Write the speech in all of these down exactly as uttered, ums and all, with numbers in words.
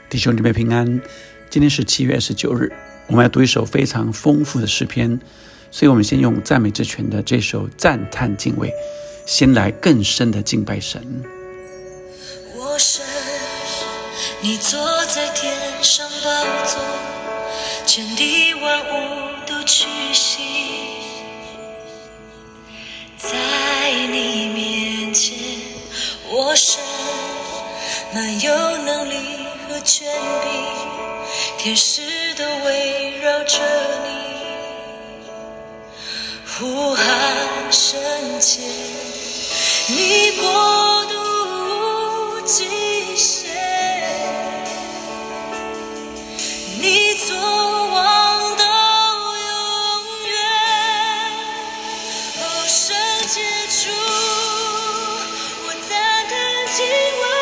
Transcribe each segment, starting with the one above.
弟兄姊妹平安，今天是七月二十九日，我们要读一首非常丰富的诗篇，所以我们先用赞美之泉的这首赞叹敬畏，先来更深的敬拜神。 我神，你坐在天上宝座，全地万物都屈膝，在你面前，我神，满有能力和权柄，天使都围绕着你，呼喊圣洁，你国度极限，你作王到永远。哦，圣洁主，我赞叹敬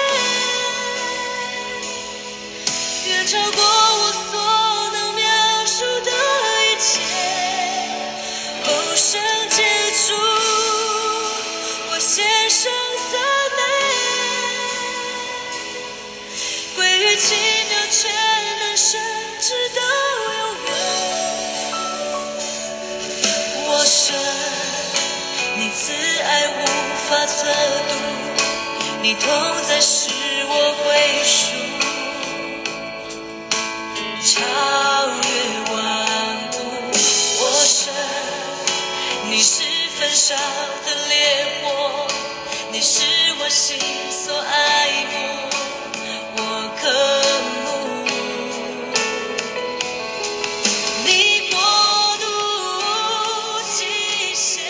畏，远超过我所能描述的一切。哦，圣洁主，我献上赞美，归于奇妙全能神，直到永远。我神，你慈爱无法测度，你同在使我归属，超越万物。我神，你是焚烧的烈火，你是我心所爱慕，我渴慕。你国度极限，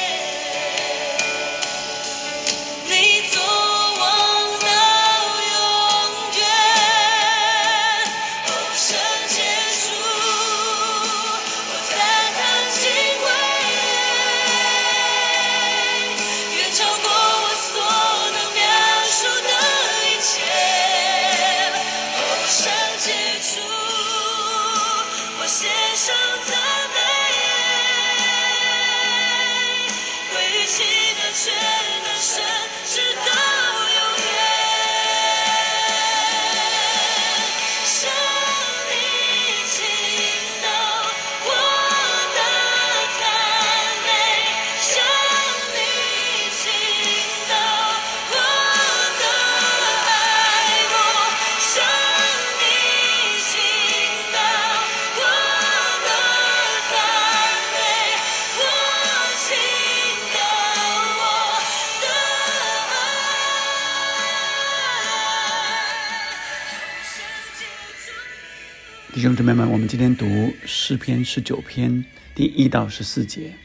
你作王到永远。哦，圣洁主，我赞叹敬畏，远超过我所能描述的一切。哦，圣洁主，我献上赞美，归于奇妙全能神，直到永远。向你倾倒我的赞美，向你倾倒我的爱慕，向你倾倒我的赞美，我倾倒我的弟兄姊妹们，我们今天读诗篇十九篇第一到十四节。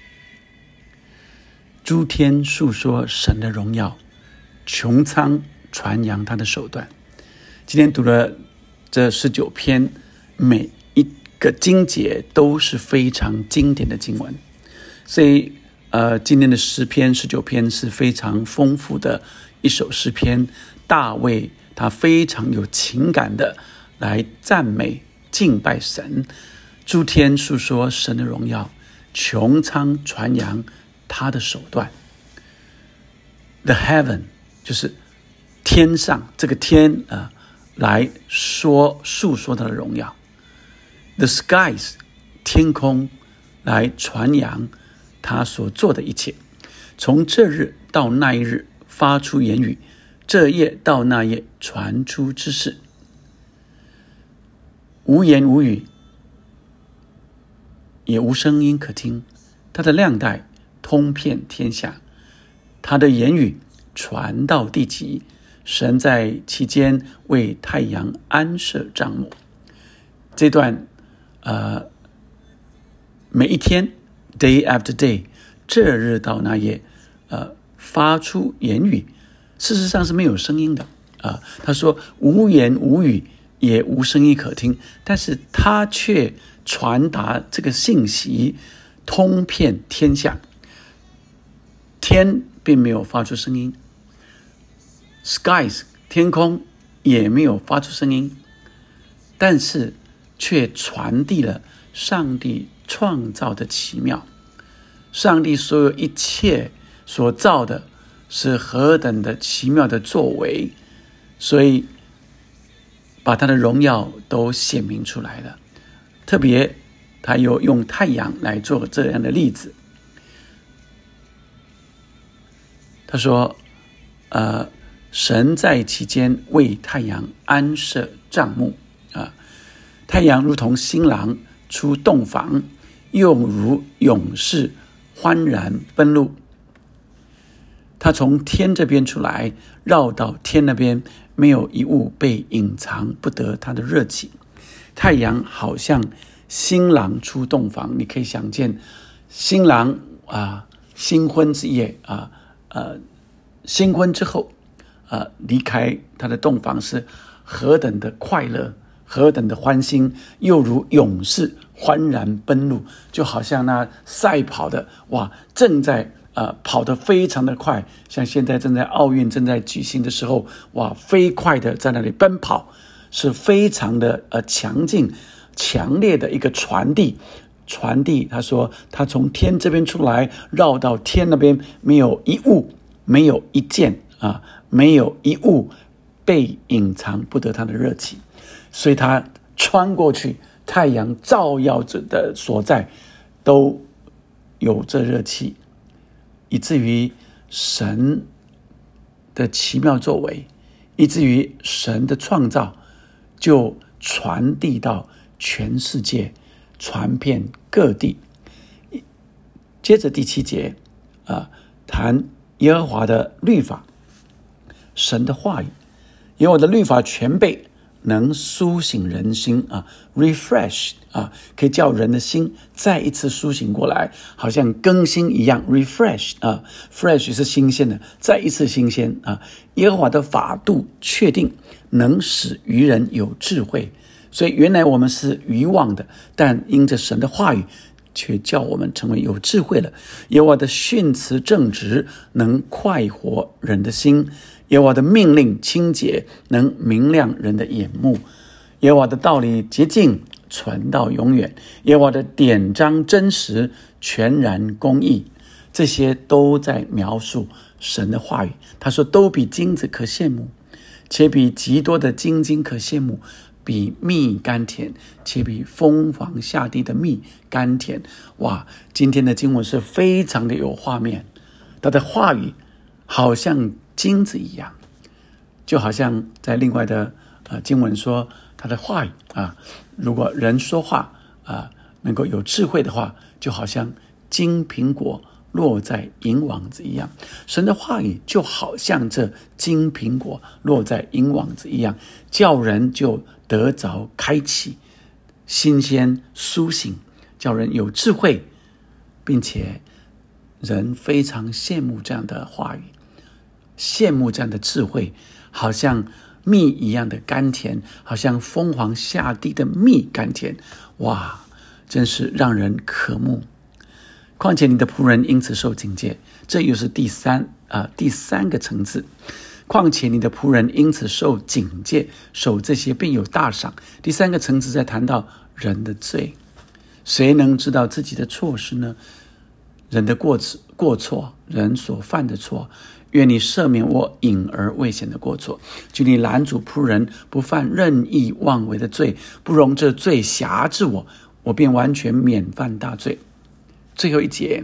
诸天述说神的荣耀，穹苍传扬他的手段。今天读了这十九篇，每一个经节都是非常经典的经文，所以呃，今天的诗篇十九篇是非常丰富的一首诗篇。大卫他非常有情感的来赞美敬拜神，诸天述说神的荣耀，穹苍传扬他的手段。 The heaven 就是天上这个天、呃、来说述说他的荣耀， The skies 天空来传扬他所做的一切，从这日到那一日发出言语，这夜到那夜传出知识，无言无语，也无声音可听，他的亮带通遍天下，他的言语传到地极，神在其间为太阳安设帐幕。这段呃，每一天 day after day 这日到那夜呃，发出言语，事实上是没有声音的、呃、他说无言无语，也无声音可听，但是他却传达这个信息通遍天下。天并没有发出声音， skies 天空也没有发出声音，但是却传递了上帝创造的奇妙。上帝所有一切所造的是何等的奇妙的作为，所以把他的荣耀都显明出来了。特别他又用太阳来做这样的例子。他说呃，神在其间为太阳安设帐幕啊，太阳如同新郎出洞房，又如勇士欢然奔路。他从天这边出来，绕到天那边，没有一物被隐藏不得他的热气。太阳好像新郎出洞房，你可以想见新郎啊，新婚之夜啊，呃，新婚之后啊，离开他的洞房是何等的快乐，何等的欢欣，又如勇士欢然奔路，就好像那赛跑的哇，正在呃跑得非常的快，像现在正在奥运正在举行的时候，哇，飞快的在那里奔跑，是非常的呃强劲、强烈的一个传递。传递，他说他从天这边出来，绕到天那边，没有一物，没有一件啊，没有一物被隐藏不得他的热气，所以他穿过去，太阳照耀着的所在都有这热气，以至于神的奇妙作为，以至于神的创造就传递到全世界，传遍各地。接着第七节啊，谈耶和华的律法，神的话语，因为我的律法全备，能苏醒人心啊 refresh 啊，可以叫人的心再一次苏醒过来，好像更新一样 refresh 啊 fresh 是新鲜的，再一次新鲜啊。耶和华的法度确定，能使愚人有智慧。所以原来我们是愚妄的，但因着神的话语却叫我们成为有智慧了。耶和华的训词正直，能快活人的心。耶和华的命令清洁，能明亮人的眼目。耶和华的道理洁净，存到永远。耶和华的典章真实，全然公义。这些都在描述神的话语。他说都比金子可羡慕，且比极多的金金可羡慕，比蜜甘甜，且比蜂房下地的蜜甘甜。哇，今天的经文是非常的有画面，他的话语好像金子一样，就好像在另外的呃经文说，他的话语啊，如果人说话啊能够有智慧的话，就好像金苹果落在银网子一样。神的话语就好像这金苹果落在银网子一样，叫人就得着开启，新鲜苏醒，叫人有智慧，并且人非常羡慕这样的话语，羡慕这样的智慧，好像蜜一样的甘甜，好像蜂皇下地的蜜甘甜。哇，真是让人渴慕。况且你的仆人因此受警戒，这又是第三啊、呃、第三个层次。况且你的仆人因此受警戒，守这些便有大赏。第三个层次在谈到人的罪，谁能知道自己的错事呢？人的过过错，人所犯的错，愿你赦免我隐而未显的过错，求你拦阻仆人不犯任意妄为的罪，不容这罪辖制我，我便完全免犯大罪。最后一节，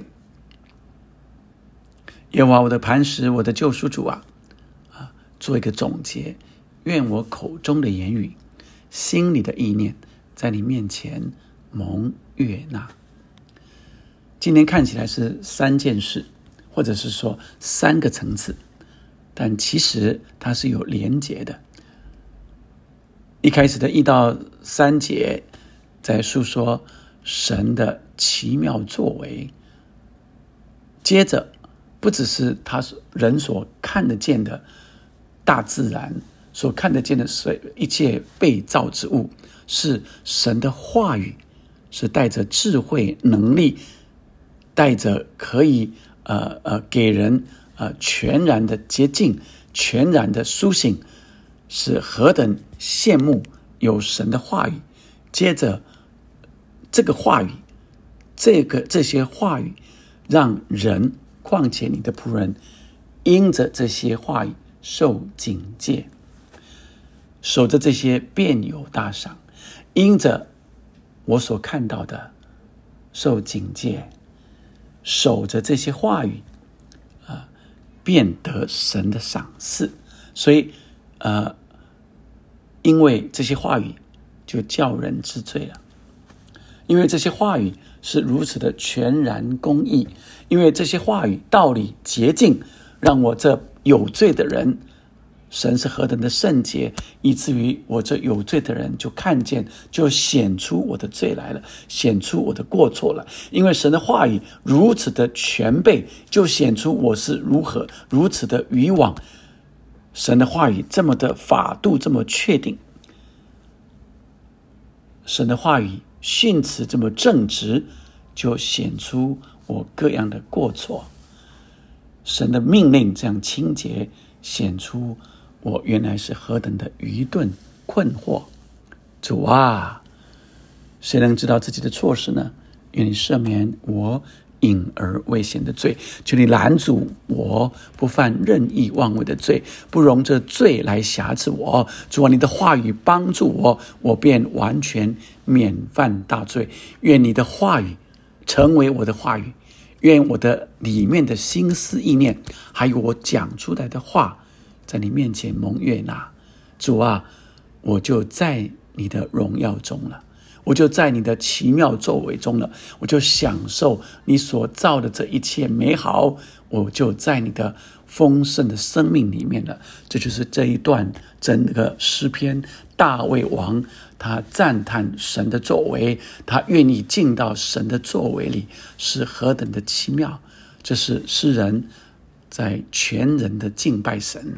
耶和华我的磐石，我的救赎主啊，啊，做一个总结，愿我口中的言语，心里的意念，在你面前蒙悦纳。今天看起来是三件事，或者是说三个层次，但其实它是有连结的。一开始的一到三节在述说神的奇妙作为，接着不只是他人所看得见的大自然，所看得见的一切被造之物，是神的话语，是带着智慧能力，带着可以呃呃给人呃全然的洁净，全然的苏醒，是何等羡慕有神的话语。接着这个话语，这个这些话语让人，况且你的仆人因着这些话语受警戒。 守着这些便有大赏，因着我所看到的受警戒，守着这些话语啊，便得神的赏赐。所以呃，因为这些话语就叫人知罪了，因为这些话语是如此的全然公义，因为这些话语道理洁净，让我这有罪的人，神是何等的圣洁，以至于我这有罪的人就看见，就显出我的罪来了，显出我的过错了。因为神的话语如此的全备，就显出我是如何如此的渔网。神的话语这么的法度这么确定，神的话语训词这么正直，就显出我各样的过错。神的命令这样清洁，显出我原来是何等的愚钝困惑。主啊，谁能知道自己的错事呢？愿你赦免我隐而未显的罪，求你拦阻我不犯任意妄为的罪，不容这罪来辖制我。主啊，你的话语帮助我，我便完全免犯大罪。愿你的话语成为我的话语，愿我的里面的心思意念，还有我讲出来的话，在你面前蒙悦纳。主啊，我就在你的荣耀中了，我就在你的奇妙作为中了，我就享受你所造的这一切美好，我就在你的丰盛的生命里面了。这就是这一段整个诗篇，大卫王他赞叹神的作为，他愿意进到神的作为里，是何等的奇妙。这是诗人在全人的敬拜神，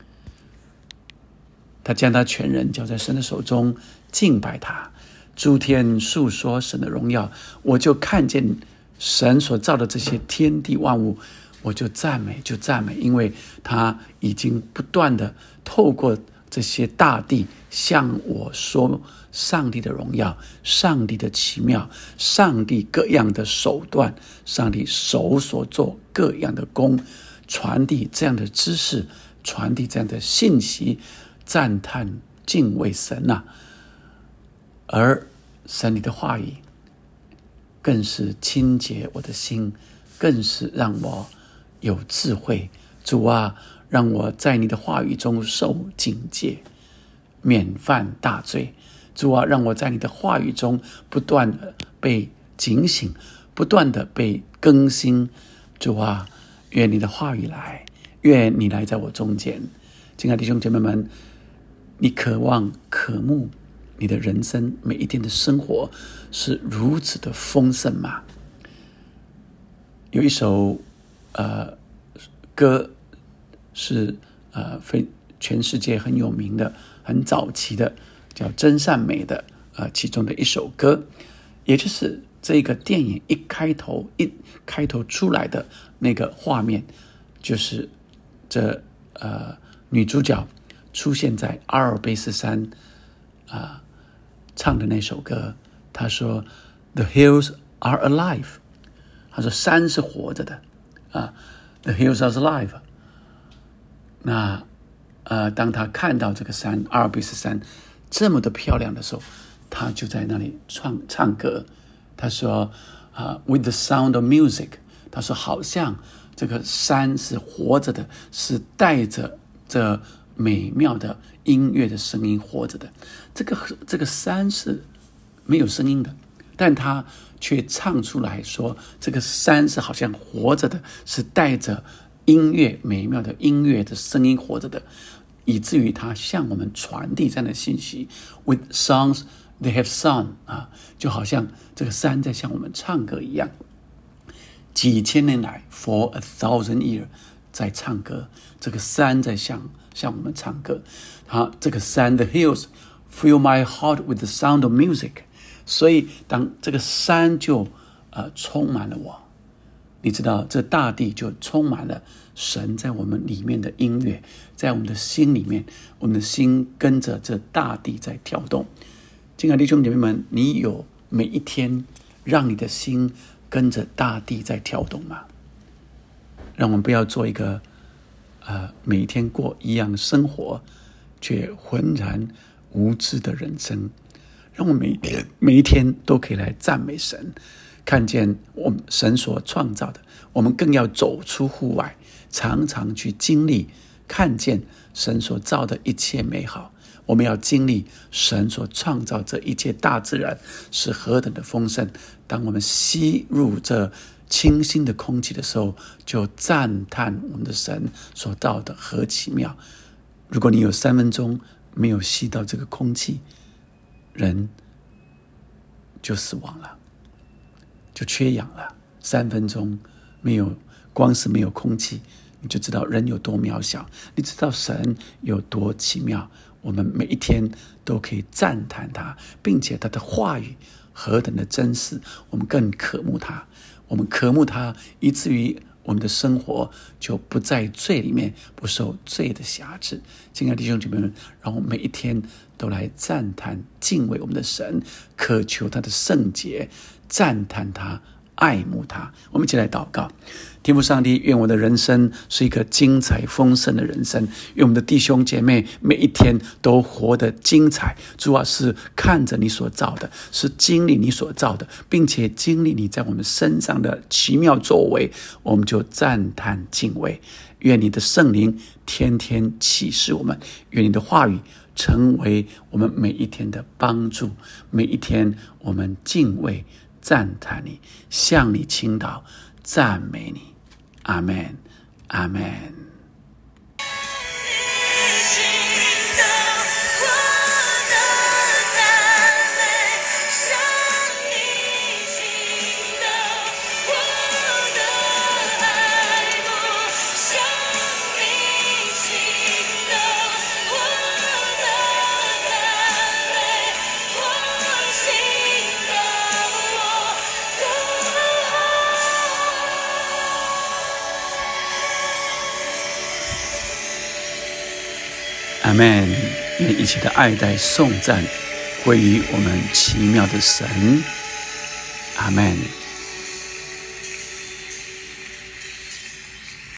他将他全人交在神的手中，敬拜他。诸天述说神的荣耀，我就看见神所造的这些天地万物，我就赞美就赞美，因为他已经不断的透过这些大地向我说上帝的荣耀，上帝的奇妙，上帝各样的手段，上帝手所做各样的工，传递这样的知识，传递这样的信息，赞叹敬畏神啊。而神你的话语更是清洁我的心，更是让我有智慧。主啊，让我在你的话语中受警戒，免犯大罪。主啊，让我在你的话语中不断的被警醒，不断的被更新。主啊，愿你的话语来，愿你来在我中间。亲爱的弟兄姐妹们，你渴望渴慕你的人生每一天的生活是如此的丰盛吗？有一首呃歌是呃非全世界很有名的，很早期的，叫真善美的呃其中的一首歌，也就是这个电影一开头一开头出来的那个画面，就是这呃女主角出现在阿尔卑斯山啊、呃、唱的那首歌。她说 The hills are alive， 她说山是活着的啊 The hills are alive。 那呃，当她看到这个山阿尔卑斯山这么的漂亮的时候，她就在那里唱唱歌。她说、uh, With the sound of music， 她说好像这个山是活着的，是带着这美妙的音乐的声音活着的。这个这个山是没有声音的，但他却唱出来说这个山是好像活着的，是带着音乐美妙的音乐的声音活着的，以至于他向我们传递这样的信息。 With songs they have sung， 啊，就好像这个山在向我们唱歌一样。几千年来 For a thousand years 在唱歌，这个山在向向我们唱歌。啊，这个山 The hills fill my heart with the sound of music。 所以当这个山就呃充满了我，你知道这大地就充满了神在我们里面的音乐，在我们的心里面，我们的心跟着这大地在跳动。亲爱的弟兄姐妹们，你有每一天让你的心跟着大地在跳动吗？让我们不要做一个呃每一天过一样的生活， 却浑然无知的人生。让我们每每一天都可以来赞美神，看见我们神所创造的，我们更要走出户外，常常去经历看见神所造的一切美好。我们要经历神所创造这一切大自然是何等的丰盛。当我们吸入这清新的空气的时候，就赞叹我们的神所造的何其妙。如果你有三分钟没有吸到这个空气，人就死亡了，就缺氧了。三分钟没有，光是没有空气，你就知道人有多渺小，你知道神有多奇妙。我们每一天都可以赞叹他，并且他的话语何等的真实，我们更渴慕他。我们渴慕他，以至于我们的生活就不在罪里面，不受罪的辖制。亲爱的弟兄姐妹们，让我们每一天都来赞叹敬畏我们的神，渴求他的圣洁，赞叹他，爱慕他。我们一起来祷告。天父上帝，愿我的人生是一个精彩丰盛的人生，愿我们的弟兄姐妹每一天都活得精彩。主啊，是看着你所造的，是经历你所造的，并且经历你在我们身上的奇妙作为，我们就赞叹敬畏。愿你的圣灵天天启示我们，愿你的话语成为我们每一天的帮助。每一天我们敬畏赞叹你，向你倾倒，赞美你。阿们，阿们。阿们，愿一切的爱戴颂赞归于我们奇妙的神。阿们。